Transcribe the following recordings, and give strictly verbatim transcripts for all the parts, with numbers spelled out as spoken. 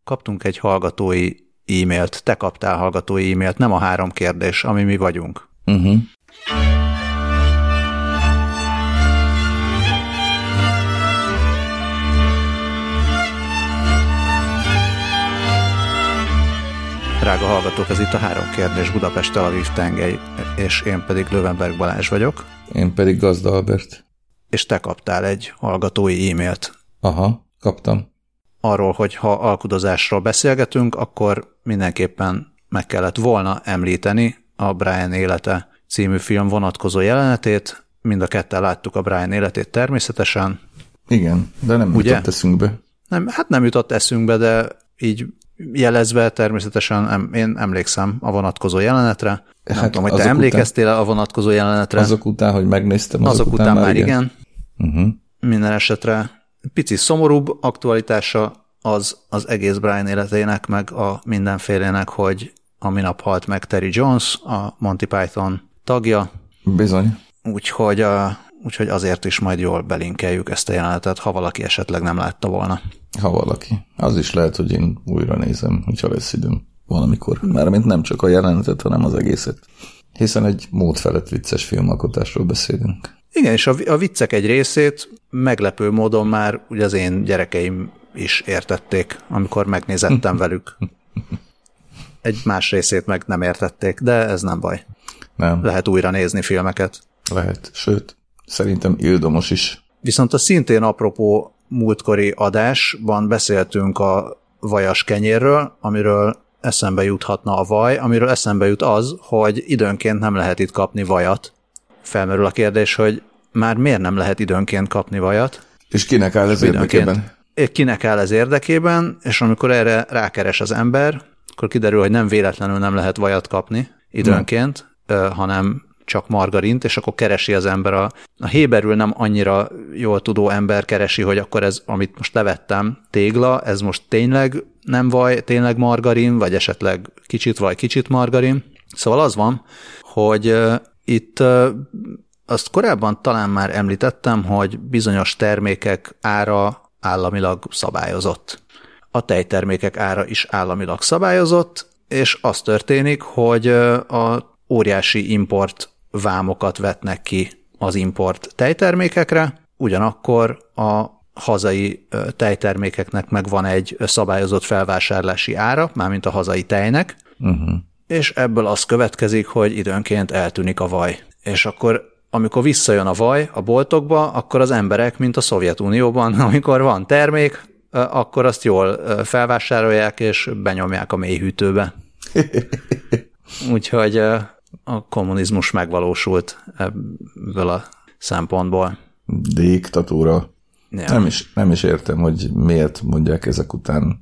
kaptunk egy hallgatói e-mailt, te kaptál hallgatói e-mailt, nem a három kérdés, ami mi vagyunk. Uh-huh. Drága hallgatók, ez itt a három kérdés, Budapest, Tel Aviv, Tengely, és én pedig Löwenberg Balázs vagyok. Én pedig Gazda Albert. És te kaptál egy hallgatói e-mailt. Aha, kaptam. Arról, hogy ha alkudozásról beszélgetünk, akkor mindenképpen meg kellett volna említeni a Brian élete című film vonatkozó jelenetét. Mind a ketten láttuk a Brian életét természetesen. Igen, de nem Ugye? jutott eszünkbe. Nem, hát nem jutott eszünkbe, de így jelezve természetesen em, én emlékszem a vonatkozó jelenetre. Nem Hát tudom, hogy te emlékeztél a vonatkozó jelenetre. Azok után, hogy megnéztem, azok, azok után, után már igen. igen. Uh-huh. Minden esetre pici szomorúbb aktualitása az az egész Brian életének, meg a mindenfélének, hogy a minap halt meg Terry Jones, a Monty Python tagja. Bizony. Úgyhogy, a, úgyhogy azért is majd jól belinkeljük ezt a jelenetet, ha valaki esetleg nem látta volna. Ha valaki. Az is lehet, hogy én újra nézem, hogyha lesz időm valamikor. Mármint nem csak a jelenetet, hanem az egészet. Hiszen egy mód felett vicces filmalkotásról beszélünk. Igen, és a, a viccek egy részét meglepő módon már ugye az én gyerekeim is értették, amikor megnézettem velük. Egy más részét meg nem értették, de ez nem baj. Nem. Lehet újra nézni filmeket. Lehet, sőt, szerintem ildomos is. Viszont a szintén apropó múltkori adásban beszéltünk a vajas kenyérről, amiről eszembe juthatna a vaj, amiről eszembe jut az, hogy időnként nem lehet itt kapni vajat. Felmerül a kérdés, hogy már miért nem lehet időnként kapni vajat? És kinek áll ez érdekében? Kinek áll ez érdekében, és amikor erre rákeres az ember, akkor kiderül, hogy nem véletlenül nem lehet vajat kapni időnként, hmm. hanem csak margarint, és akkor keresi az ember. A, a héberül nem annyira jól tudó ember keresi, hogy akkor ez, amit most levettem, tégla, ez most tényleg nem vaj, tényleg margarin, vagy esetleg kicsit vaj, kicsit margarin. Szóval az van, hogy uh, itt uh, azt korábban talán már említettem, hogy bizonyos termékek ára államilag szabályozott. A tejtermékek ára is államilag szabályozott, és az történik, hogy a óriási import vámokat vetnek ki az import tejtermékekre, ugyanakkor a hazai tejtermékeknek meg van egy szabályozott felvásárlási ára, mármint a hazai tejnek, uh-huh. és ebből az következik, hogy időnként eltűnik a vaj. És akkor amikor visszajön a vaj a boltokba, akkor az emberek, mint a Szovjetunióban, amikor van termék, akkor azt jól felvásárolják, és benyomják a mélyhűtőbe. Úgyhogy a kommunizmus megvalósult ebből a szempontból. Diktatúra. Ja. Nem is, nem is értem, hogy miért mondják ezek után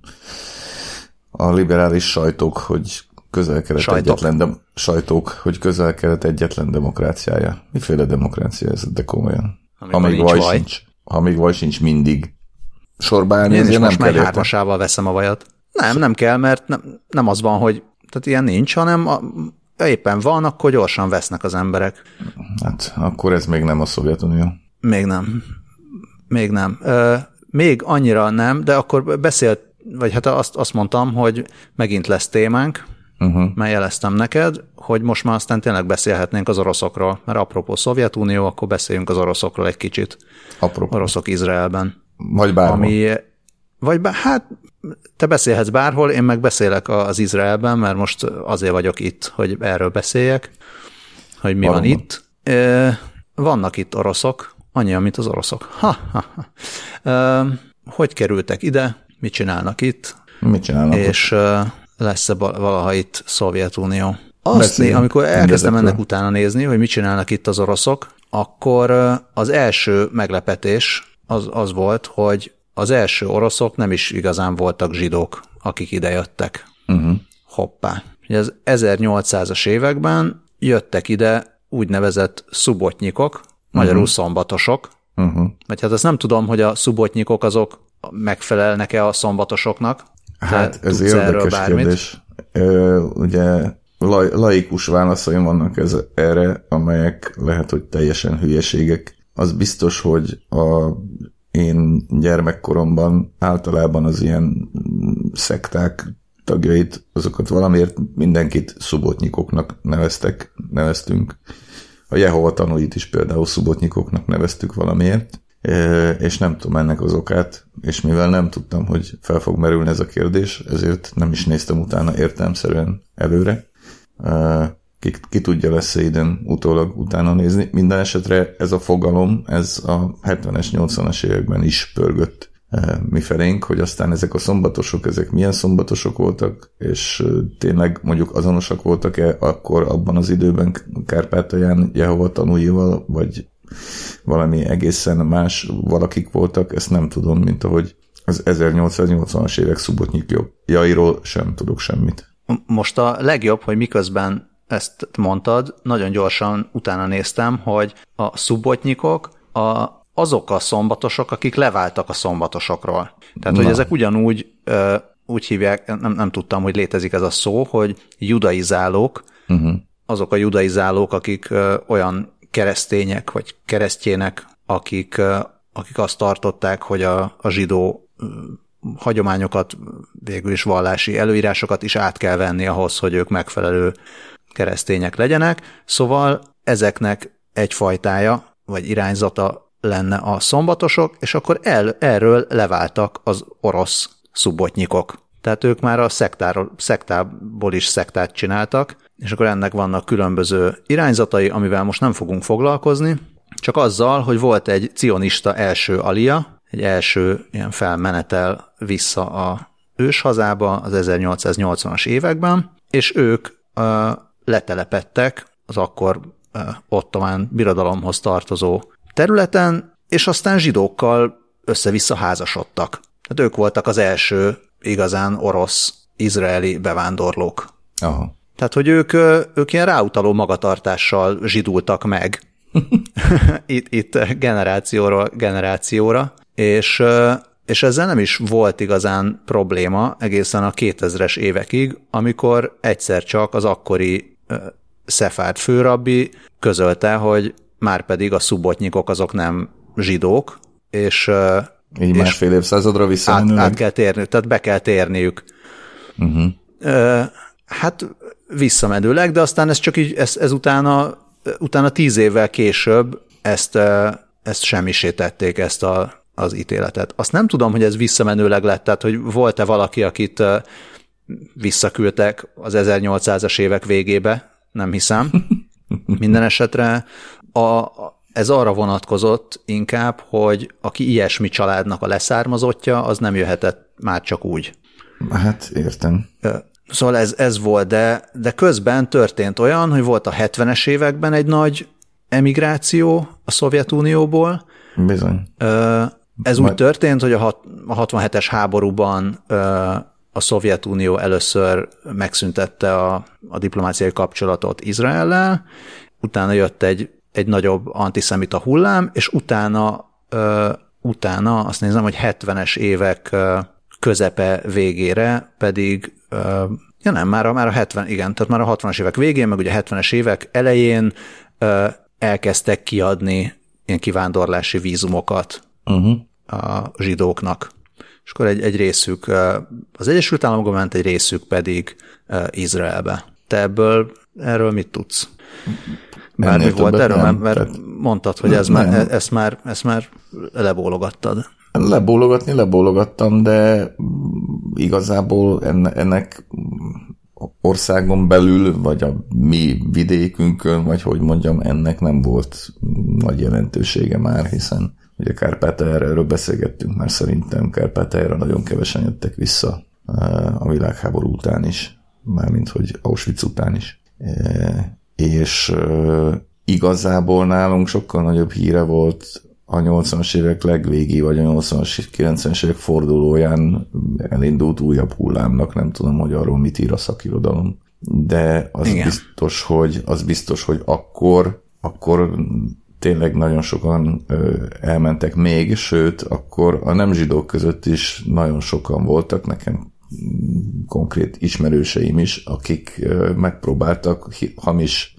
a liberális sajtók, hogy közel-kelet egyetlen, de, sajtók, hogy közel-kelet egyetlen demokráciája. Miféle demokrácia ez, de komolyan? Amikor ha még vaj, vaj sincs, ha még vaj sincs mindig. Sorba állni, én is most nem már hármasával veszem a vajat. Nem, nem kell, mert nem, nem az van, hogy tehát ilyen nincs, hanem a, éppen van, akkor gyorsan vesznek az emberek. Hát akkor ez még nem a Szovjetunió. Még nem. Még nem. Ö, még annyira nem, de akkor beszélt, vagy hát azt, azt mondtam, hogy megint lesz témánk, uh-huh. mert jeleztem neked, hogy most már aztán tényleg beszélhetnénk az oroszokról, mert apropó Szovjetunió, akkor beszéljünk az oroszokról egy kicsit. Apropó. Oroszok Izraelben. Vagy bárhol. Ami, vagy bár, hát te beszélhetsz bárhol, én meg beszélek az Izraelben, mert most azért vagyok itt, hogy erről beszéljek, hogy mi Valóban. van itt. E, vannak itt oroszok, annyian, mint az oroszok. Ha, ha, ha. E, hogy kerültek ide, mit csinálnak itt? Mit csinálnak? És ott? Lesz-e valaha itt Szovjetunió? Azt né, amikor elkezdtem ennek utána nézni, hogy mit csinálnak itt az oroszok, akkor az első meglepetés az, az volt, hogy az első oroszok nem is igazán voltak zsidók, akik idejöttek. Uh-huh. Hoppá. Az ezernyolcszázas években jöttek ide úgynevezett szubotnyikok, uh-huh. magyarul szombatosok. Uh-huh. Vagy hát azt nem tudom, hogy a szubotnyikok azok megfelelnek-e a szombatosoknak. Hát ez érdekes kérdés. Ö, ugye laj, laikus válaszaim vannak ez, erre, amelyek lehet, hogy teljesen hülyeségek. Az biztos, hogy a én gyermekkoromban általában az ilyen szekták tagjait, azokat valamiért mindenkit szubotnyikoknak neveztek, neveztünk. A Jehova tanúit is például szubotnyikoknak neveztük valamiért, és nem tudom ennek az okát, és mivel nem tudtam, hogy fel fog merülni ez a kérdés, ezért nem is néztem utána értelemszerűen előre. Ki, ki tudja, lesz-e időm utólag utána nézni. Minden esetre ez a fogalom, ez a hetvenes, nyolcvanas években is pörgött mifelénk, hogy aztán ezek a szombatosok, ezek milyen szombatosok voltak, és tényleg mondjuk azonosak voltak-e akkor abban az időben Kárpátalján Jehova tanúival, vagy valami egészen más valakik voltak, ezt nem tudom, mint ahogy az ezernyolcszáznyolcvanas évek szubotnyikjairól sem tudok semmit. Most a legjobb, hogy miközben ezt mondtad, nagyon gyorsan utána néztem, hogy a szubotnyikok a, azok a szombatosok, akik leváltak a szombatosokról. Tehát, Na. hogy ezek ugyanúgy ö, úgy hívják, nem, nem tudtam, hogy létezik ez a szó, hogy judaizálók, uh-huh. azok a judaizálók, akik ö, olyan keresztények, vagy keresztjének, akik, ö, akik azt tartották, hogy a, a zsidó ö, hagyományokat, végül is vallási előírásokat is át kell venni ahhoz, hogy ők megfelelő keresztények legyenek. Szóval ezeknek egyfajtája, vagy irányzata lenne a szombatosok, és akkor el, erről leváltak az orosz szubotnyikok. Tehát ők már a szektáról, szektából is szektát csináltak, és akkor ennek vannak különböző irányzatai, amivel most nem fogunk foglalkozni, csak azzal, hogy volt egy cionista első alia, egy első ilyen felmenetel vissza a őshazába az ezernyolcszáznyolcvanas években, és ők uh, letelepedtek az akkor uh, ottomán birodalomhoz tartozó területen, és aztán zsidókkal össze-vissza házasodtak. Tehát ők voltak az első igazán orosz-izraeli bevándorlók. Aha. Tehát, hogy ők, ők ilyen ráutaló magatartással zsidultak meg itt, itt generációra generációra, és, és ezzel nem is volt igazán probléma egészen a kétezres évekig, amikor egyszer csak az akkori szefárd főrabbi közölte, hogy már pedig a szubotnyikok azok nem zsidók, és így másfél évszázadra visszamenőleg? Át, át kell térni, tehát be kell térniük. Uh-huh. Hát visszamenőleg, de aztán ez csak így, ez, ez utána, utána tíz évvel később ezt, ezt semmisítették, ezt a, az ítéletet. Azt nem tudom, hogy ez visszamenőleg lett, tehát hogy volt-e valaki, akit visszaküldtek az ezernyolcszázas évek végébe, nem hiszem. Minden esetre a, ez arra vonatkozott inkább, hogy aki ilyesmi családnak a leszármazottja, az nem jöhetett már csak úgy. Hát értem. Szóval ez, ez volt, de, de közben történt olyan, hogy volt a hetvenes években egy nagy emigráció a Szovjetunióból. Bizony. Ez Majd... úgy történt, hogy a, hat, a hatvanhetes háborúban a Szovjetunió először megszüntette a, a diplomáciai kapcsolatot Izraellel, utána jött egy, egy nagyobb antiszemita hullám, és utána, utána azt nézem, hogy hetvenes évek közepe végére pedig, ja nem, már a, már a hetven, igen, tehát már a hatvanas évek végén, meg ugye a hetvenes évek elején elkezdtek kiadni ilyen kivándorlási vízumokat uh-huh. a zsidóknak. És akkor egy, egy részük az Egyesült Államokban ment, egy részük pedig Izraelbe. Te ebből, erről mit tudsz? Bármi volt erről, nem, mert tehát... mondtad, hogy ez már, ezt, már, ezt már lebólogattad. Lebólogatni, lebólogattam, de igazából ennek országon belül, vagy a mi vidékünkön, vagy hogy mondjam, ennek nem volt nagy jelentősége már, hiszen ugye Kárpátaljáról beszélgettünk már, szerintem Kárpátaljára nagyon kevesen jöttek vissza a világháború után is, mármint hogy Auschwitz után is. És igazából nálunk sokkal nagyobb híre volt a nyolcvanas évek legvégi, vagy a nyolcvanas, kilencvenes évek fordulóján elindult újabb hullámnak, nem tudom, hogy arról mit ír a szakirodalom, de az Igen. biztos, hogy az biztos, hogy akkor, akkor tényleg nagyon sokan elmentek még, sőt, akkor a nem zsidók között is nagyon sokan voltak, nekem konkrét ismerőseim is, akik megpróbáltak hamis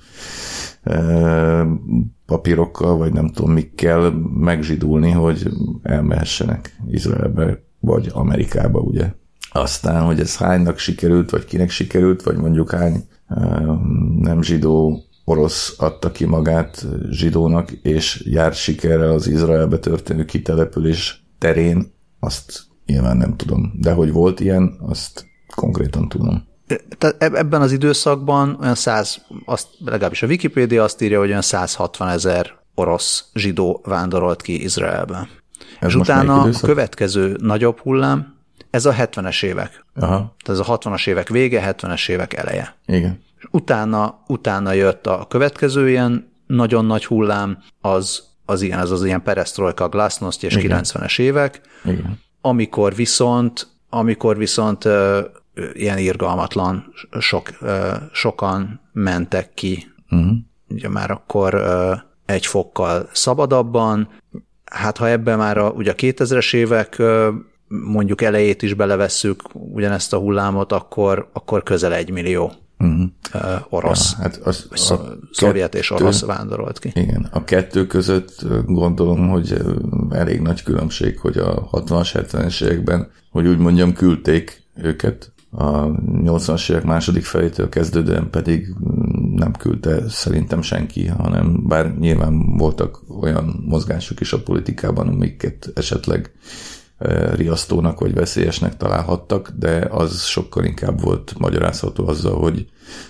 papírokkal, vagy nem tudom mikkel megzsidulni, hogy elmehessenek Izraelbe, vagy Amerikába, ugye. Aztán, hogy ez hánynak sikerült, vagy kinek sikerült, vagy mondjuk hány nem zsidó orosz adta ki magát zsidónak, és jár sikerrel az Izraelbe történő kitelepülés terén, azt nyilván nem tudom. De hogy volt ilyen, azt konkrétan tudom. Tehát ebben az időszakban olyan száz, azt, legalábbis a Wikipédia azt írja, hogy olyan száz hatvan ezer orosz zsidó vándorolt ki Izraelbe. Ez és utána a következő nagyobb hullám, ez a hetvenes évek. Aha. Tehát ez a hatvanas évek vége, hetvenes évek eleje. Igen. És utána, utána jött a következő ilyen nagyon nagy hullám, az az ilyen, az, az ilyen perestrojka, glasnost és igen. kilencvenes évek, igen. amikor viszont, amikor viszont uh, ilyen irgalmatlan sok, uh, sokan mentek ki. Uh-huh. Ugye már akkor uh, egy fokkal szabadabban. Hát ha ebben már a, ugye a kétezres évek uh, mondjuk elejét is belevesszük ugyanezt a hullámot, akkor, akkor közel egy millió uh-huh. uh, orosz, ja, hát az, a szovjet kettő, és orosz vándorolt ki. Igen, a kettő között gondolom, hogy elég nagy különbség, hogy a hatvanas, hetvenes években, hogy úgy mondjam, küldték őket, a nyolcvanas évek második felétől kezdődően pedig nem küldte szerintem senki, hanem bár nyilván voltak olyan mozgások is a politikában, amiket esetleg riasztónak vagy veszélyesnek találhattak, de az sokkal inkább volt magyarázható azzal, hogy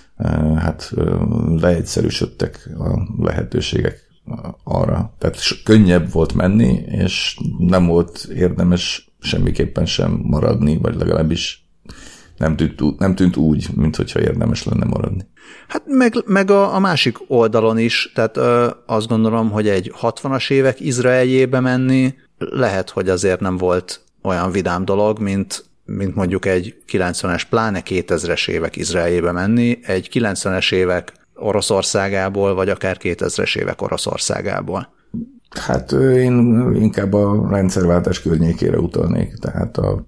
hát leegyszerűsödtek a lehetőségek arra. Tehát könnyebb volt menni, és nem volt érdemes semmiképpen sem maradni, vagy legalábbis nem tűnt, nem tűnt úgy, mint hogyha érdemes lenne maradni. Hát meg, meg a, a másik oldalon is, tehát ö, azt gondolom, hogy egy hatvanas évek Izraeljébe menni lehet, hogy azért nem volt olyan vidám dolog, mint, mint mondjuk egy kilencvenes, pláne kétezres évek Izraeljébe menni, egy kilencvenes évek Oroszországából, vagy akár kétezres évek Oroszországából. Hát én inkább a rendszerváltás környékére utalnék, tehát a,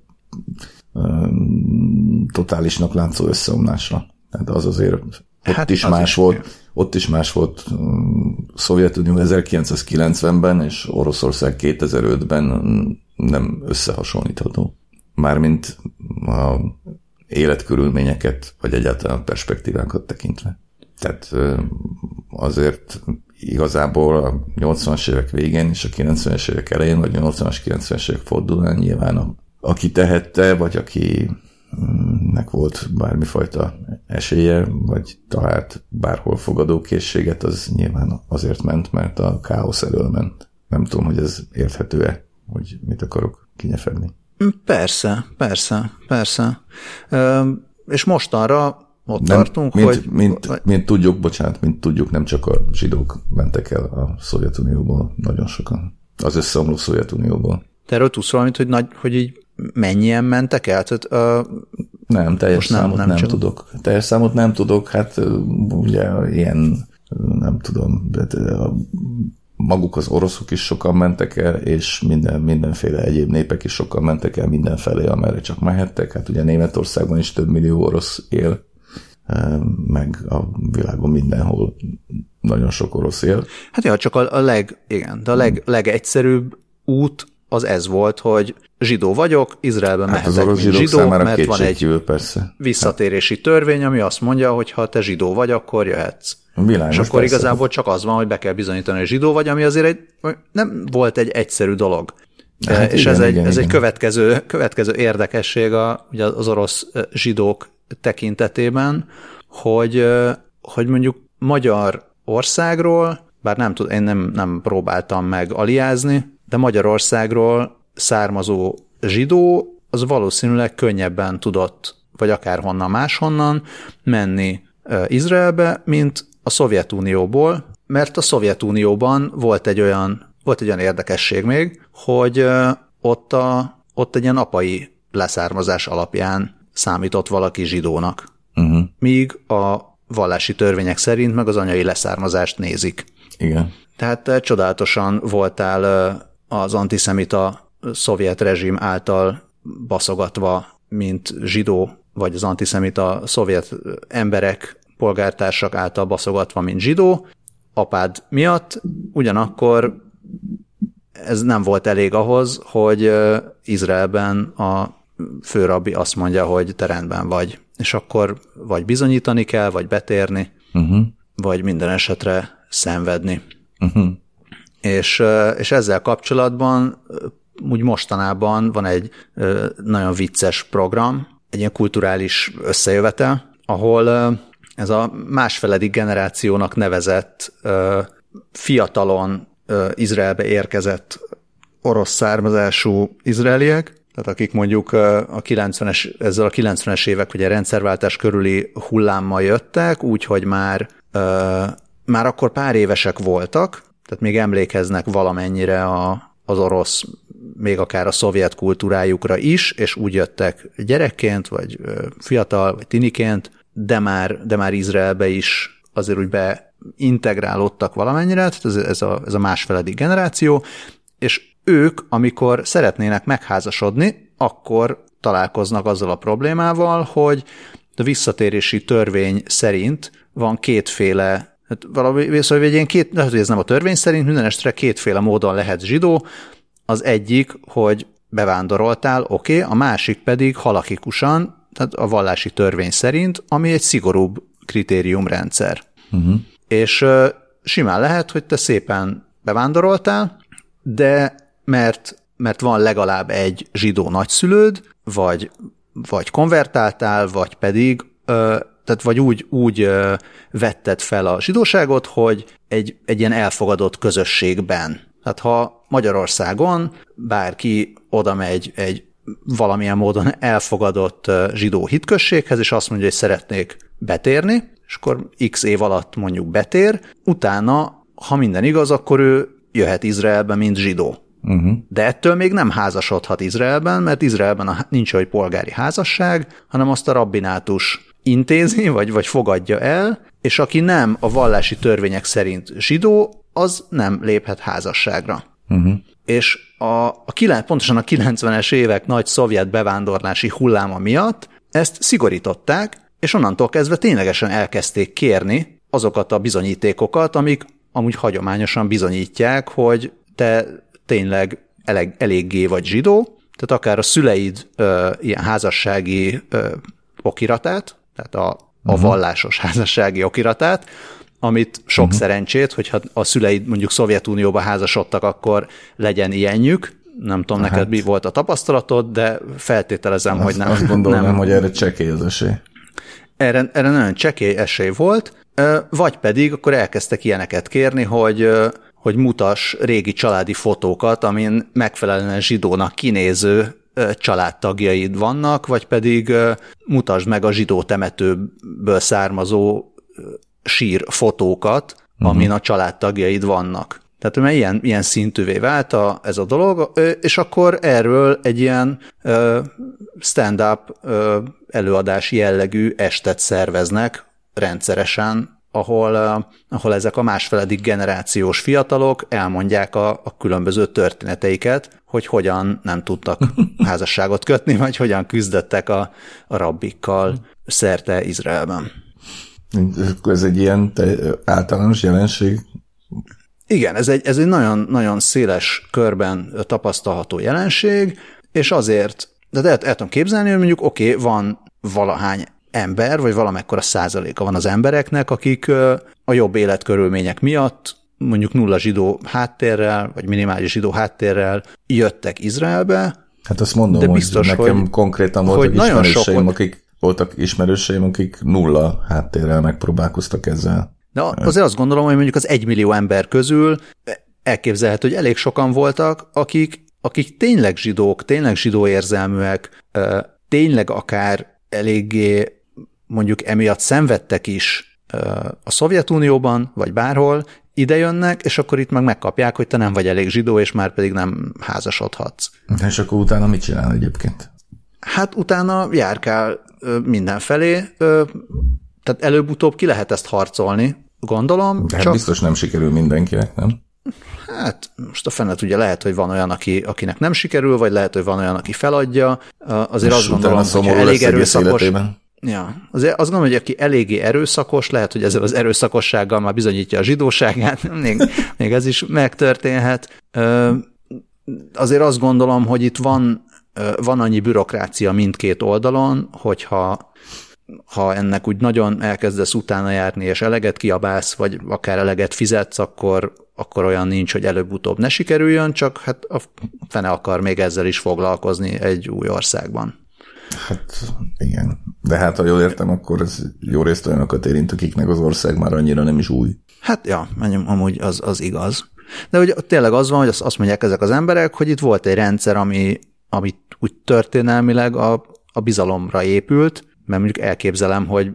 a totálisnak látszó összeomlásra. Tehát az azért ott hát is más is volt. Jó. Ott is más volt Szovjetunió ezerkilencszázkilencvenben, és Oroszország kétezer-ötben nem összehasonlítható. Mármint a életkörülményeket, vagy egyáltalán perspektívákat tekintve. Tehát azért igazából a nyolcvanas évek végén és a kilencvenes évek elején, vagy a nyolcvanas, kilencvenes évek fordulóan nyilván a, aki tehette, vagy aki nek volt bármifajta esélye, vagy talált bárhol fogadókészséget, az nyilván azért ment, mert a káosz elől ment. Nem tudom, hogy ez érthető-e, hogy mit akarok kinyefedni. Persze, persze, persze. Ö, és mostanra ott nem, tartunk, mint, hogy... Mint, mint tudjuk, bocsánat, mint tudjuk, nem csak a zsidók mentek el a Szovjetunióból, nagyon sokan. Az összeomló Szovjetunióból. Te erről tudsz valamit, hogy, nagy, hogy így mennyien mentek el? Tehát, uh, nem, teljes nem, számot nem, nem tudok. Teljes számot nem tudok, hát ugye ilyen, nem tudom, de a, maguk az oroszok is sokan mentek el, és minden, mindenféle egyéb népek is sokan mentek el mindenfelé, amerre csak mehettek. Hát ugye Németországban is több millió orosz él, meg a világon mindenhol nagyon sok orosz él. Hát ja, csak a, a leg, igen, de a leg, legegyszerűbb út az ez volt, hogy zsidó vagyok, Izraelben hát mehetek, mint zsidó, mert van egy persze. visszatérési törvény, ami azt mondja, hogy ha te zsidó vagy, akkor jöhetsz. Világos, és akkor persze. Igazából csak az van, hogy be kell bizonyítani, hogy zsidó vagy, ami azért egy, nem volt egy egyszerű dolog. Hát és igen, ez, egy, igen, ez igen. egy következő, következő érdekesség a, ugye az orosz zsidók tekintetében, hogy, hogy mondjuk magyar országról, bár nem tud, én nem, nem próbáltam meg aliázni, de Magyarországról származó zsidó az valószínűleg könnyebben tudott, vagy akárhonnan máshonnan menni Izraelbe, mint a Szovjetunióból, mert a Szovjetunióban volt egy olyan, volt egy olyan érdekesség még, hogy ott, a, ott egy ilyen apai leszármazás alapján számított valaki zsidónak. Uh-huh. Míg a vallási törvények szerint meg az anyai leszármazást nézik. Igen. Tehát csodálatosan voltál az antiszemita szovjet rezsim által baszogatva, mint zsidó, vagy az antiszemita szovjet emberek, polgártársak által baszogatva, mint zsidó, apád miatt, ugyanakkor ez nem volt elég ahhoz, hogy Izraelben a főrabbi azt mondja, hogy te rendben vagy, és akkor vagy bizonyítani kell, vagy betérni, uh-huh. vagy minden esetre szenvedni. Uh-huh. És, és ezzel kapcsolatban úgy mostanában van egy nagyon vicces program, egy ilyen kulturális összejövetel, ahol ez a másfeledik generációnak nevezett fiatalon Izraelbe érkezett orosz származású izraeliek, tehát akik mondjuk a kilencvenes, ezzel a kilencvenes évek ugye rendszerváltás körüli hullámmal jöttek, úgyhogy már, már akkor pár évesek voltak, tehát még emlékeznek valamennyire a, az orosz, még akár a szovjet kultúrájukra is, és úgy jöttek gyerekként, vagy fiatal, vagy tiniként, de már, de már Izraelbe is azért úgy beintegrálódtak valamennyire, tehát ez, ez, a, ez a másfeledik generáció, és ők, amikor szeretnének megházasodni, akkor találkoznak azzal a problémával, hogy a visszatérési törvény szerint van kétféle, hát valami, szóval egy ilyen két, lehet, hogy ez nem a törvény szerint, minden estre kétféle módon lehet zsidó, az egyik, hogy bevándoroltál, oké, okay, a másik pedig halakikusan, tehát a vallási törvény szerint, ami egy szigorúbb kritériumrendszer. Uh-huh. És uh, simán lehet, hogy te szépen bevándoroltál, de mert, mert van legalább egy zsidó nagyszülőd, vagy, vagy konvertáltál, vagy pedig, ö, tehát vagy úgy, úgy ö, vetted fel a zsidóságot, hogy egy, egy ilyen elfogadott közösségben. Tehát ha Magyarországon bárki oda megy egy valamilyen módon elfogadott zsidó hitközséghez, és azt mondja, hogy szeretnék betérni, és akkor x év alatt mondjuk betér, utána, ha minden igaz, akkor ő jöhet Izraelbe, mint zsidó. Uh-huh. De ettől még nem házasodhat Izraelben, mert Izraelben nincs olyan polgári házasság, hanem azt a rabbinátus intézi, vagy, vagy fogadja el, és aki nem a vallási törvények szerint zsidó, az nem léphet házasságra. Uh-huh. És a, a kilen, pontosan a kilencvenes évek nagy szovjet bevándorlási hulláma miatt ezt szigorították, és onnantól kezdve ténylegesen elkezdték kérni azokat a bizonyítékokat, amik amúgy hagyományosan bizonyítják, hogy te tényleg elég, eléggé vagy zsidó, tehát akár a szüleid ö, ilyen házassági ö, okiratát, tehát a, a uh-huh. vallásos házassági okiratát, amit sok uh-huh. szerencsét, hogyha a szüleid mondjuk Szovjetunióba házasodtak, akkor legyen ilyenjük. Nem tudom, hát. neked mi volt a tapasztalatod, de feltételezem, azt, hogy nem. Azt gondolom, nem, hogy erre csekély az esély. Erre, erre nagyon csekély esély volt, vagy pedig akkor elkezdtek ilyeneket kérni, hogy, hogy mutass régi családi fotókat, amin megfelelően zsidónak kinéző családtagjaid vannak, vagy pedig mutasd meg a zsidó temetőből származó sír fotókat, amin uh-huh. a családtagjaid vannak. Tehát mert ilyen, ilyen szintűvé vált a, ez a dolog, és akkor erről egy ilyen uh, stand-up uh, előadás jellegű estet szerveznek rendszeresen, ahol, uh, ahol ezek a másfeledik generációs fiatalok elmondják a, a különböző történeteiket, hogy hogyan nem tudtak házasságot kötni, vagy hogyan küzdöttek a, a rabbikkal szerte Izraelben. Ez egy ilyen általános jelenség? Igen, ez egy, ez egy nagyon, nagyon széles körben tapasztalható jelenség, és azért, de el, el tudom képzelni, hogy mondjuk oké, okay, van valahány ember, vagy valamekkora százaléka van az embereknek, akik a jobb életkörülmények miatt mondjuk nulla zsidó háttérrel, vagy minimális zsidó háttérrel jöttek Izraelbe. Hát azt mondom, de biztos, hogy nekem hogy, konkrétan voltak ismerőseim, sok, akik voltak ismerőseim, akik nulla háttérrel megpróbálkoztak ezzel. De azért azt gondolom, hogy mondjuk az egymillió ember közül elképzelhető, hogy elég sokan voltak, akik, akik tényleg zsidók, tényleg zsidó érzelműek, tényleg akár eléggé mondjuk emiatt szenvedtek is a Szovjetunióban, vagy bárhol, ide jönnek, és akkor itt meg megkapják, hogy te nem vagy elég zsidó, és már pedig nem házasodhatsz. És akkor utána mit csinál egyébként? Hát utána járkál mindenfelé, tehát előbb-utóbb ki lehet ezt harcolni, gondolom. De hát csak... biztos nem sikerül mindenkinek, nem? Hát most a fenet ugye lehet, hogy van olyan, aki, akinek nem sikerül, vagy lehet, hogy van olyan, aki feladja. Azért és azt gondolom, hogy elég erőszakos. Ja, azért azt gondolom, hogy aki eléggé erőszakos, lehet, hogy ezzel az erőszakossággal már bizonyítja a zsidóságát, még, még ez is megtörténhet. Azért azt gondolom, hogy itt van van annyi bürokrácia mindkét oldalon, hogyha ha ennek úgy nagyon elkezdesz utána járni, és eleget kiabálsz, vagy akár eleget fizetsz, akkor, akkor olyan nincs, hogy előbb-utóbb ne sikerüljön, csak hát a fene akar még ezzel is foglalkozni egy új országban. Hát igen. De hát, ha jól értem, akkor ez jó részt olyanokat érint, akiknek az ország már annyira nem is új. Hát ja, amúgy az, az igaz. De ugye tényleg az van, hogy azt mondják ezek az emberek, hogy itt volt egy rendszer, ami, ami úgy történelmileg a, a bizalomra épült, mert mondjuk elképzelem, hogy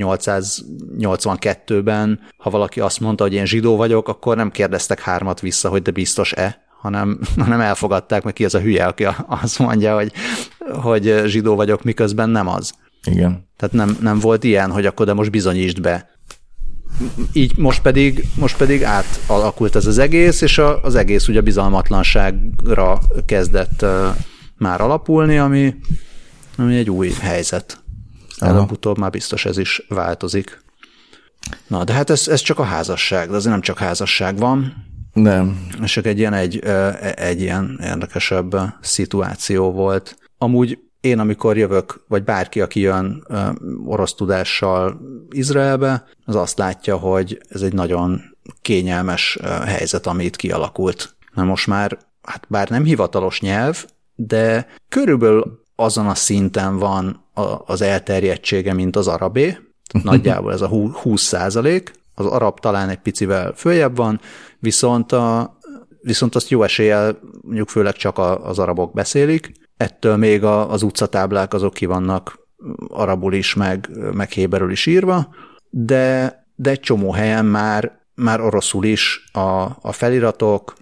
ezernyolcszáznyolcvankettőben, ha valaki azt mondta, hogy én zsidó vagyok, akkor nem kérdeztek hármat vissza, hogy de biztos-e, hanem, hanem elfogadták, meg ki az a hülye, aki azt mondja, hogy, hogy zsidó vagyok, miközben nem az. Igen. Tehát nem, nem volt ilyen, hogy akkor de most bizonyítsd be. Így most pedig, most pedig átalakult ez az egész, és a, az egész ugye bizalmatlanságra kezdett uh, már alapulni, ami, ami egy új helyzet. Előbb-utóbb már biztos ez is változik. Na, de hát ez, ez csak a házasság, de azért nem csak házasság van. Nem. Ez csak egy ilyen, egy, egy ilyen érdekesebb szituáció volt. Amúgy én, amikor jövök, vagy bárki, aki jön orosz tudással Izraelbe, az azt látja, hogy ez egy nagyon kényelmes helyzet, ami itt kialakult. Na most már, hát bár nem hivatalos nyelv, de körülbelül azon a szinten van az elterjedtsége, mint az arabé. Nagyjából ez a húsz százalék. Az arab talán egy picivel följebb van, viszont, a, viszont azt jó eséllyel mondjuk főleg csak az arabok beszélik. Ettől még az utcatáblák azok ki vannak arabul is, meg, meg héberül is írva, de, de egy csomó helyen már, már oroszul is a, a feliratok,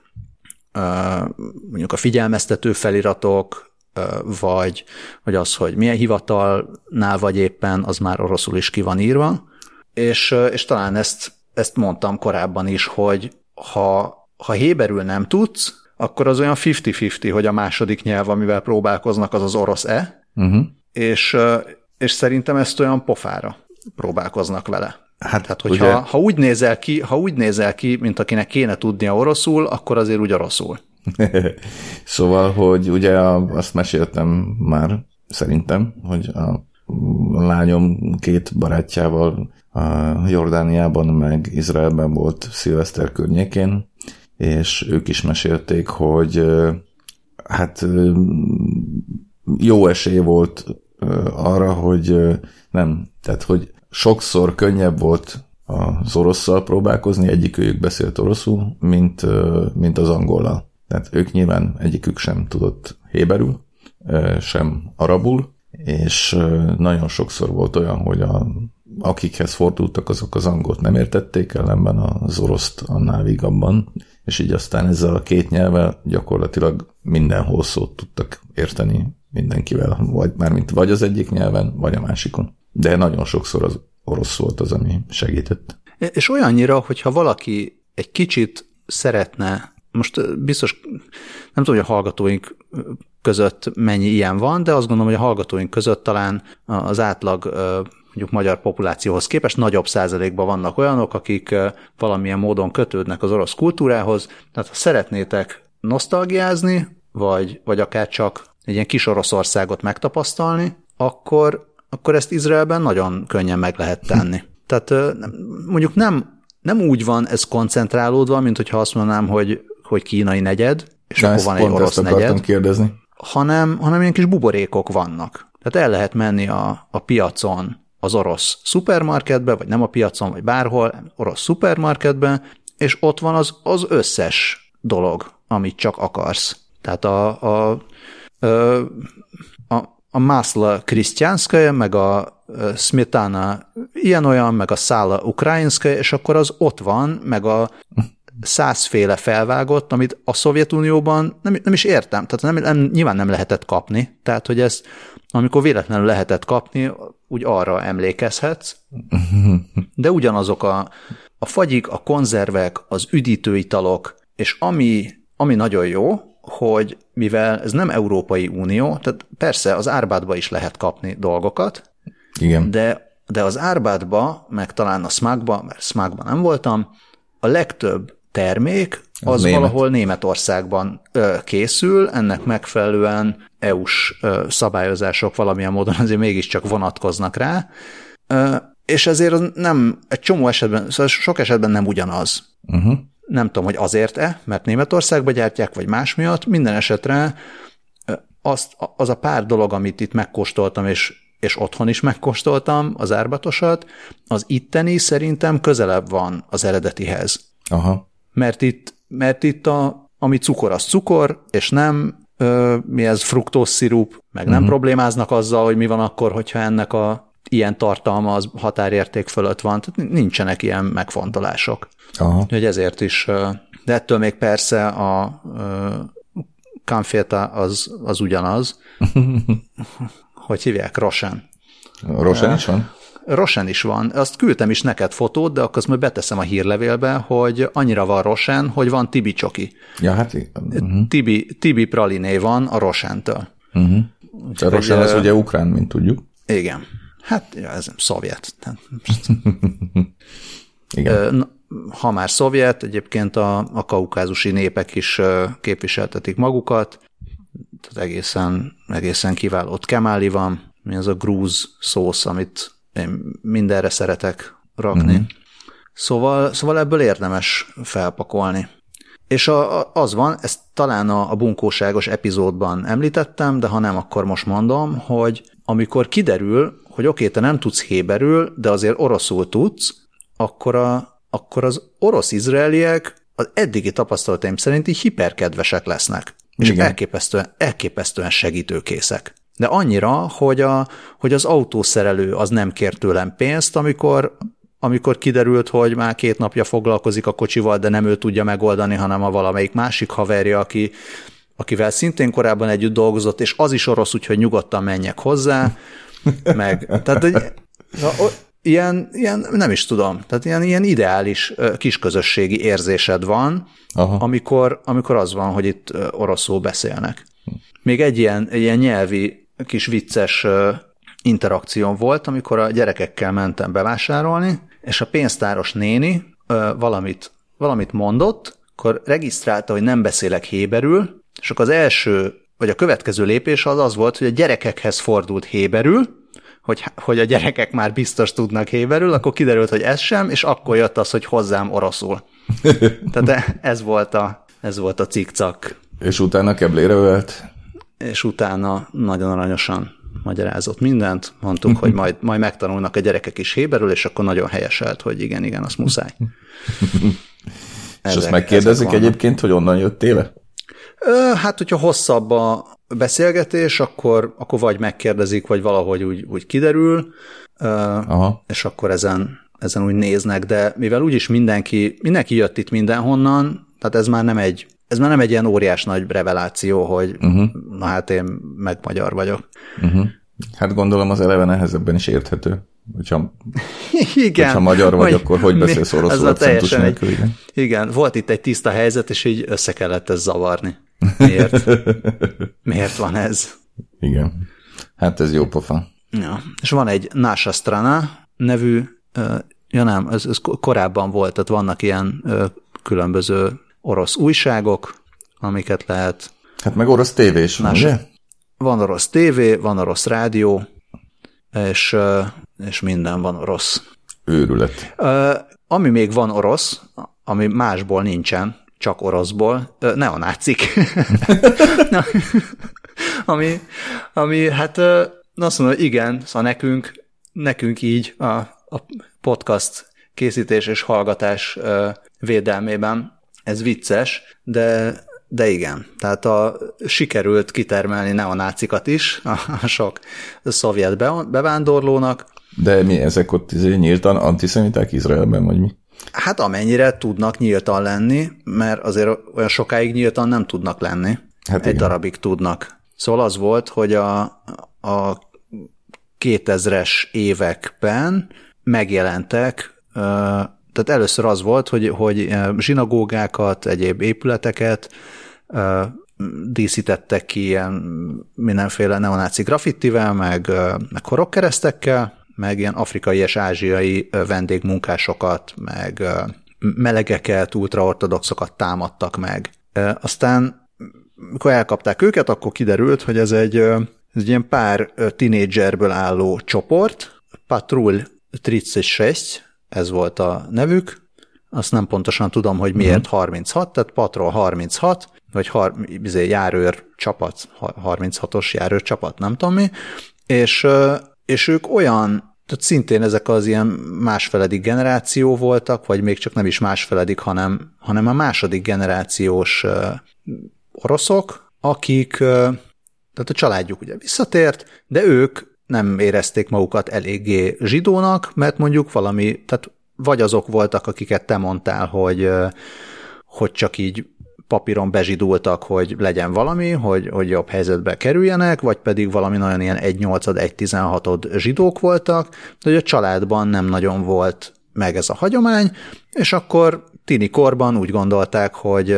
mondjuk a figyelmeztető feliratok, vagy, vagy az, hogy milyen hivatalnál vagy éppen, az már oroszul is ki van írva, és, és talán ezt, ezt mondtam korábban is, hogy ha, ha héberül nem tudsz, akkor az olyan fifty-fifty, hogy a második nyelv, amivel próbálkoznak, az az orosz-e, uh-huh. és, és szerintem ezt olyan pofára próbálkoznak vele. Hát, Tehát, hogyha ugye... ha úgy nézel ki, ha úgy nézel ki, mint akinek kéne tudnia oroszul, akkor azért úgy oroszul. Szóval, hogy ugye azt meséltem már szerintem, hogy a lányom két barátjával a Jordániában meg Izraelben volt szilveszter környékén, és ők is mesélték, hogy hát jó esély volt arra, hogy nem, tehát hogy sokszor könnyebb volt az orosszal próbálkozni, egyikőjük beszélt oroszul, mint, mint az angollal. Tehát ők nyilván egyikük sem tudott héberül, sem arabul, és nagyon sokszor volt olyan, hogy a, akikhez fordultak, azok az angolt nem értették, ellenben az oroszt annál vígabban, és így aztán ezzel a két nyelvvel gyakorlatilag mindenhol szót tudtak érteni mindenkivel, vagy mármint vagy az egyik nyelven, vagy a másikon. De nagyon sokszor az orosz volt az, ami segített. És olyannyira, hogyha valaki egy kicsit szeretne, most biztos nem tudom, hogy a hallgatóink között mennyi ilyen van, de azt gondolom, hogy a hallgatóink között talán az átlag mondjuk magyar populációhoz képest nagyobb százalékban vannak olyanok, akik valamilyen módon kötődnek az orosz kultúrához. Tehát ha szeretnétek nosztalgiázni, vagy, vagy akár csak egy ilyen kis Oroszországot megtapasztalni, akkor, akkor ezt Izraelben nagyon könnyen meg lehet tenni. Tehát mondjuk nem, nem úgy van ez koncentrálódva, mint hogyha azt mondanám, hogy, hogy kínai negyed, és de akkor van egy orosz negyed, kérdezni. Hanem, hanem ilyen kis buborékok vannak. Tehát el lehet menni a, a piacon az orosz szupermarketbe, vagy nem a piacon, vagy bárhol, orosz szupermarketbe, és ott van az, az összes dolog, amit csak akarsz. Tehát a, a, a, a maszla krisztiánszkaja, meg a smetana ilyen-olyan, meg a szála ukrajinszkaja, és akkor az ott van, meg a százféle felvágott, amit a Szovjetunióban nem, nem is értem, tehát nem, nem, nyilván nem lehetett kapni, tehát hogy ez, amikor véletlenül lehetett kapni, úgy arra emlékezhetsz, de ugyanazok a, a fagyik, a konzervek, az üdítőitalok, és ami, ami nagyon jó, hogy mivel ez nem Európai Unió, tehát persze az Árbádba is lehet kapni dolgokat, igen. De, de az Árbádba, meg talán a Smagba, mert Smagba nem voltam, a legtöbb termék az Német. Valahol Németországban ö, készül, ennek megfelelően é u-s ö, szabályozások valamilyen módon azért mégiscsak vonatkoznak rá, ö, és ezért nem, egy csomó esetben, szóval sok esetben nem ugyanaz. Uh-huh. Nem tudom, hogy azért-e, mert Németországban gyártják, vagy más miatt, minden esetre azt, az a pár dolog, amit itt megkóstoltam, és, és otthon is megkóstoltam, az árbatosat, az itteni szerintem közelebb van az eredetihez. Aha. Mert itt, mert itt a, ami cukor, az cukor, és nem ö, mi ez, fruktózszirup, meg nem uh-huh. problémáznak azzal, hogy mi van akkor, hogyha ennek a ilyen tartalma az határérték fölött van. Tehát nincsenek ilyen megfontolások. Aha. Úgyhogy ezért is, de ettől még persze a Canfeta az, az ugyanaz. Hogy hívják? Rosen. Rosen is van? Rosen is van. Azt küldtem is neked fotót, de akkor azt majd beteszem a hírlevélbe, hogy annyira van Rosen, hogy van Tibi csoki. Ja, hát uh-huh. Tibi, Tibi praliné van a Rosentől. Uh-huh. A Rosen az ugye ukrán, mint tudjuk. Igen. Hát ja, ez nem szovjet. Igen. Ha már szovjet, egyébként a, a kaukázusi népek is képviseltetik magukat, tehát egészen, egészen kiváló. Ott kemáli van, mi az a grúz szósz, amit én mindenre szeretek rakni. Uh-huh. Szóval, szóval ebből érdemes felpakolni. És a, a, az van, ezt talán a, a bunkóságos epizódban említettem, de ha nem, akkor most mondom, hogy amikor kiderül, hogy oké, te nem tudsz héberül, de azért oroszul tudsz, akkor, a, akkor az orosz-izraeliek az eddigi tapasztalataim szerint így hiperkedvesek lesznek. És elképesztően, elképesztően segítőkészek. De annyira, hogy, a, hogy az autószerelő az nem kér tőlem pénzt, amikor, amikor kiderült, hogy már két napja foglalkozik a kocsival, de nem ő tudja megoldani, hanem a valamelyik másik haverja, aki, akivel szintén korábban együtt dolgozott, és az is orosz, úgyhogy nyugodtan menjek hozzá. Meg, tehát egy, ilyen, ilyen, nem is tudom, tehát ilyen, ilyen ideális kisközösségi érzésed van, amikor, amikor az van, hogy itt oroszul beszélnek. Még egy ilyen, egy ilyen nyelvi kis vicces interakció volt, amikor a gyerekekkel mentem bevásárolni, és a pénztáros néni valamit, valamit mondott, akkor regisztrálta, hogy nem beszélek héberül, és akkor az első, vagy a következő lépés az az volt, hogy a gyerekekhez fordult héberül, hogy, hogy a gyerekek már biztos tudnak héberül, akkor kiderült, hogy ez sem, és akkor jött az, hogy hozzám oroszul. Tehát ez volt a, ez volt a cikcak. És utána keblére ölt. És utána nagyon aranyosan magyarázott mindent. Mondtuk, hogy majd, majd megtanulnak a gyerekek is héberül, és akkor nagyon helyeselt, hogy igen, igen, azt muszáj. És azt megkérdezik egyébként, hogy onnan jöttél? Hát, hogyha hosszabb a beszélgetés, akkor, akkor vagy megkérdezik, vagy valahogy úgy, úgy kiderül, aha. És akkor ezen, ezen úgy néznek, de mivel úgyis mindenki, mindenki jött itt mindenhonnan, tehát ez már nem egy, ez már nem egy ilyen óriás nagy reveláció, hogy uh-huh. na hát én meg magyar vagyok. Uh-huh. Hát gondolom az eleve nehezebben is érthető. Hogyha, igen, hogyha magyar vagy, akkor hogy beszélsz oroszul akcentus nélkül? Igen. igen, volt itt egy tiszta helyzet, és így össze kellett ezt zavarni. Miért? Miért van ez? Igen. Hát ez jó pofa. Ja. És van egy Nasha Strana nevű, ja nem, ez, ez korábban volt, tehát vannak ilyen különböző orosz újságok, amiket lehet... Hát meg orosz tévés van, ugye? Van orosz tévé, van orosz rádió, és, és minden van orosz. Őrület. Ami még van orosz, ami másból nincsen, csak oroszból, neonácik. ami, ami, hát azt mondom, hogy igen, szóval nekünk, nekünk így a, a podcast készítés és hallgatás védelmében ez vicces, de, de igen. Tehát a, sikerült kitermelni neonácikat is a, a sok szovjet bevándorlónak. De mi ezek ott nyíltan antiszemiták Izraelben, vagy mi? Hát amennyire tudnak nyíltan lenni, mert azért olyan sokáig nyíltan nem tudnak lenni. Hát egy igen. darabig tudnak. Szóval az volt, hogy a, a kétezres években megjelentek, tehát először az volt, hogy, hogy zsinagógákat, egyéb épületeket díszítettek ki ilyen mindenféle neonáci graffitivel, meg, meg horogkeresztekkel, meg ilyen afrikai és ázsiai vendégmunkásokat, meg melegeket, ultraortodoxokat támadtak meg. Aztán, amikor elkapták őket, akkor kiderült, hogy ez egy, ez egy ilyen pár tinédzserből álló csoport, Patrul harminchat, ez volt a nevük, azt nem pontosan tudom, hogy miért harminchat, tehát Patrol harminchat, vagy har, járőr csapat, harminchatos járőr csapat, nem tudom mi, és, és ők olyan, tehát szintén ezek az ilyen másfeledik generáció voltak, vagy még csak nem is másfeledik, hanem, hanem a második generációs oroszok, akik, tehát a családjuk ugye visszatért, de ők nem érezték magukat eléggé zsidónak, mert mondjuk valami, tehát vagy azok voltak, akiket te mondtál, hogy, hogy csak így papíron bezsidultak, hogy legyen valami, hogy, hogy jobb helyzetbe kerüljenek, vagy pedig valami nagyon ilyen egy nyolcad, egy tizenhatod zsidók voltak, de hogy a családban nem nagyon volt meg ez a hagyomány, és akkor tini korban úgy gondolták, hogy,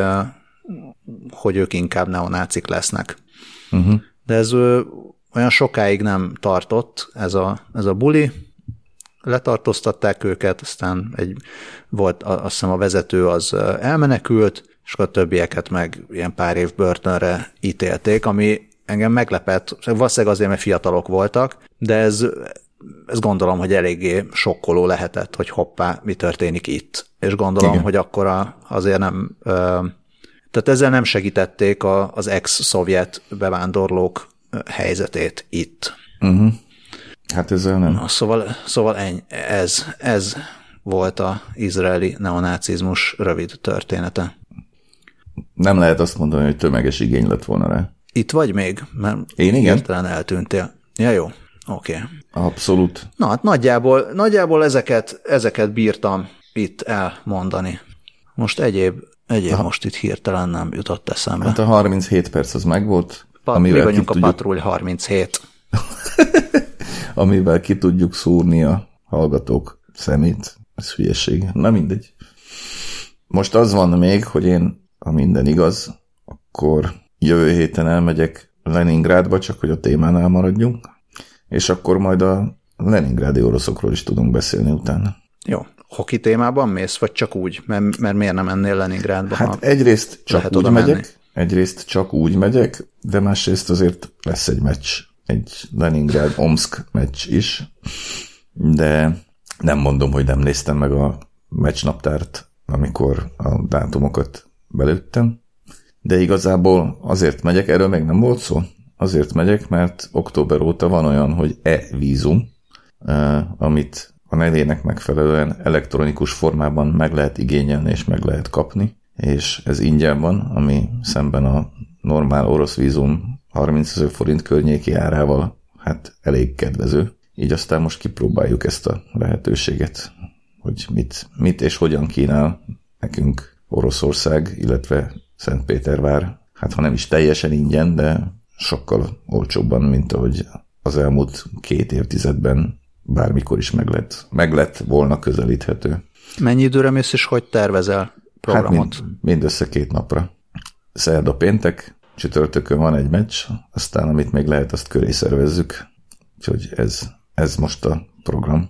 hogy ők inkább neonácik lesznek. Uh-huh. De ez olyan sokáig nem tartott, ez a, ez a buli, letartóztatták őket, aztán egy, volt, azt hiszem a vezető az elmenekült, és akkor a többieket meg ilyen pár év börtönre ítélték, ami engem meglepett, valószínűleg azért, mert fiatalok voltak, de ez, ez gondolom, hogy eléggé sokkoló lehetett, hogy hoppá, mi történik itt. És gondolom, igen, hogy akkor a, azért nem, tehát ezzel nem segítették a, az ex-szovjet bevándorlók helyzetét itt. Uh-huh. Hát ezzel nem. Na, szóval szóval ennyi, ez, ez volt az izraeli neonácizmus rövid története. Nem lehet azt mondani, hogy tömeges igény lett volna rá. Itt vagy még? Mert én igen. Hirtelen eltűntél. Ja, jó. Oké. Okay. Abszolút. Na, hát nagyjából, nagyjából ezeket, ezeket bírtam itt elmondani. Most egyéb, egyéb most itt hirtelen nem jutott eszembe. Hát a harminchét perc az megvolt. Pa, mi vagyunk a tudjuk... Patrul harminchét. Amivel ki tudjuk szúrni a hallgatók szemét. Ez hülyeség. Na mindegy. Most az van még, hogy én, ha minden igaz, akkor jövő héten elmegyek Leningrádba, csak hogy a témánál maradjunk, és akkor majd a leningrádi oroszokról is tudunk beszélni utána. Jó. Hoki témában mész, vagy csak úgy? Mert, mert miért nem ennél Leningrádba? Hát egyrészt csak úgy megyek, menni? egyrészt csak úgy megyek, de másrészt azért lesz egy meccs, egy Leningrád-Omszk meccs is, de nem mondom, hogy nem néztem meg a meccsnaptárt, amikor a dátumokat belőttem, de igazából azért megyek, erről még nem volt szó, azért megyek, mert október óta van olyan, hogy e-vízum, amit a nevének megfelelően elektronikus formában meg lehet igényelni és meg lehet kapni, és ez ingyen van, ami szemben a normál orosz vízum harmincezer forint környéki árával hát elég kedvező. Így aztán most kipróbáljuk ezt a lehetőséget, hogy mit, mit és hogyan kínál nekünk Oroszország, illetve Szentpétervár. Hát ha nem is teljesen ingyen, de sokkal olcsóbban, mint ahogy az elmúlt két évtizedben bármikor is meg lett, meg lett volna közelíthető. Mennyi időre mész, és hogy tervezel programot? Hát mind, mindössze két napra. Szerda péntek, csütörtökön van egy meccs, aztán amit még lehet, azt köré szervezzük. Úgyhogy ez, ez most a program.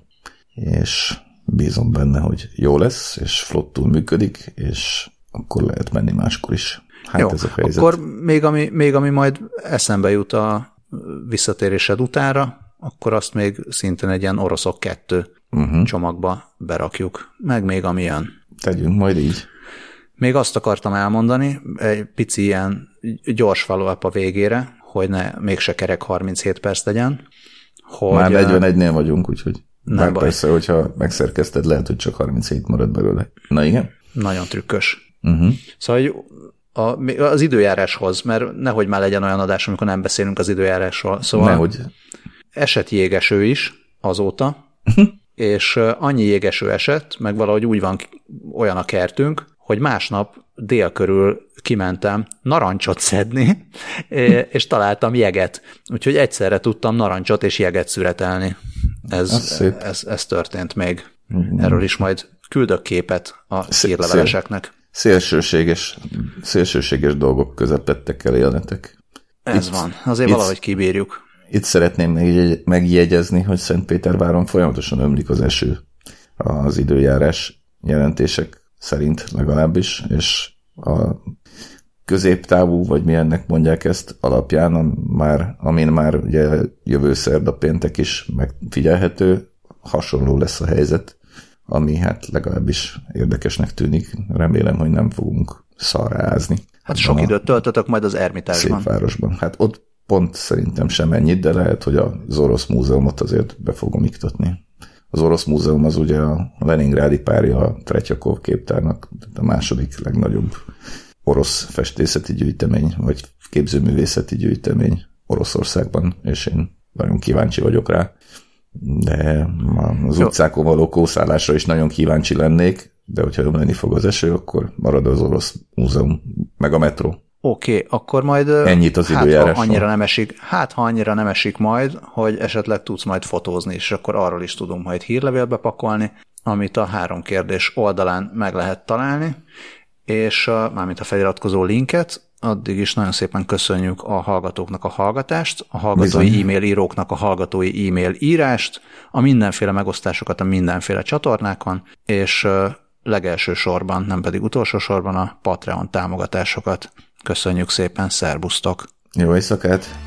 És bízom benne, hogy jó lesz, és flottul működik, és akkor lehet menni máskor is. Hát jó, ez a helyzet. Akkor még ami, még ami majd eszembe jut a visszatérésed utára, akkor azt még szintén egy ilyen oroszok kettő uh-huh. csomagba berakjuk. Meg még ami jön. Tegyünk majd így. Még azt akartam elmondani, egy pici ilyen gyors follow-up a végére, hogy ne mégse kerek harminchét perc legyen. Hogy már negyvenegynél vagyunk, úgyhogy nem baj. Persze, hogyha megszerkezted, lehet, hogy csak harminchét marad belőle. Na igen? Nagyon trükkös. Uh-huh. Szóval hogy a, az időjáráshoz, mert nehogy már legyen olyan adás, amikor nem beszélünk az időjárásról. Szóval nehogy. Esett jégeső is azóta, és annyi jégeső esett, meg valahogy úgy van olyan a kertünk, hogy másnap dél körül kimentem narancsot szedni, és találtam jeget. Úgyhogy egyszerre tudtam narancsot és jeget szüretelni. Ez, ez, ez történt még. Erről is majd küldök képet a hírleveleseknek. Szélsőséges, szélsőséges dolgok közepettek el élnetek. Ez itt, van. Azért itt, valahogy kibírjuk. Itt szeretném megjegyezni, hogy Szentpéterváron folyamatosan ömlik az eső az időjárás jelentések szerint legalábbis, és a középtávú, vagy milyennek mondják ezt alapján, már, amin már ugye jövő szerda péntek is megfigyelhető, hasonló lesz a helyzet, ami hát legalábbis érdekesnek tűnik. Remélem, hogy nem fogunk szarrázni. Hát sok időt töltötök majd az Ermitásban. Szép városban. Hát ott pont szerintem sem ennyit, de lehet, hogy az orosz múzeumot azért be fogom iktatni. Az orosz múzeum az ugye a leningrádi párja a Tretyakov képtárnak, a második legnagyobb orosz festészeti gyűjtemény, vagy képzőművészeti gyűjtemény Oroszországban, és én nagyon kíváncsi vagyok rá. De az Jó. utcákon való kószálásra is nagyon kíváncsi lennék, de hogyha ömleni fog az eső, akkor marad az orosz múzeum, meg a metró. Oké, okay, akkor majd ennyit az hát, időjárásról. Ha annyira nem esik, hát ha annyira nem esik majd, hogy esetleg tudsz majd fotózni, és akkor arról is tudunk majd hírlevélbe pakolni, amit a három kérdés oldalán meg lehet találni, és a, mármint a feliratkozó linket, addig is nagyon szépen köszönjük a hallgatóknak a hallgatást, a hallgatói Bizony. e-mail íróknak a hallgatói e-mail írást, a mindenféle megosztásokat a mindenféle csatornákon, és legelső sorban, nem pedig utolsó sorban a Patreon támogatásokat. Köszönjük szépen, szerbusztok! Jó éjszakát!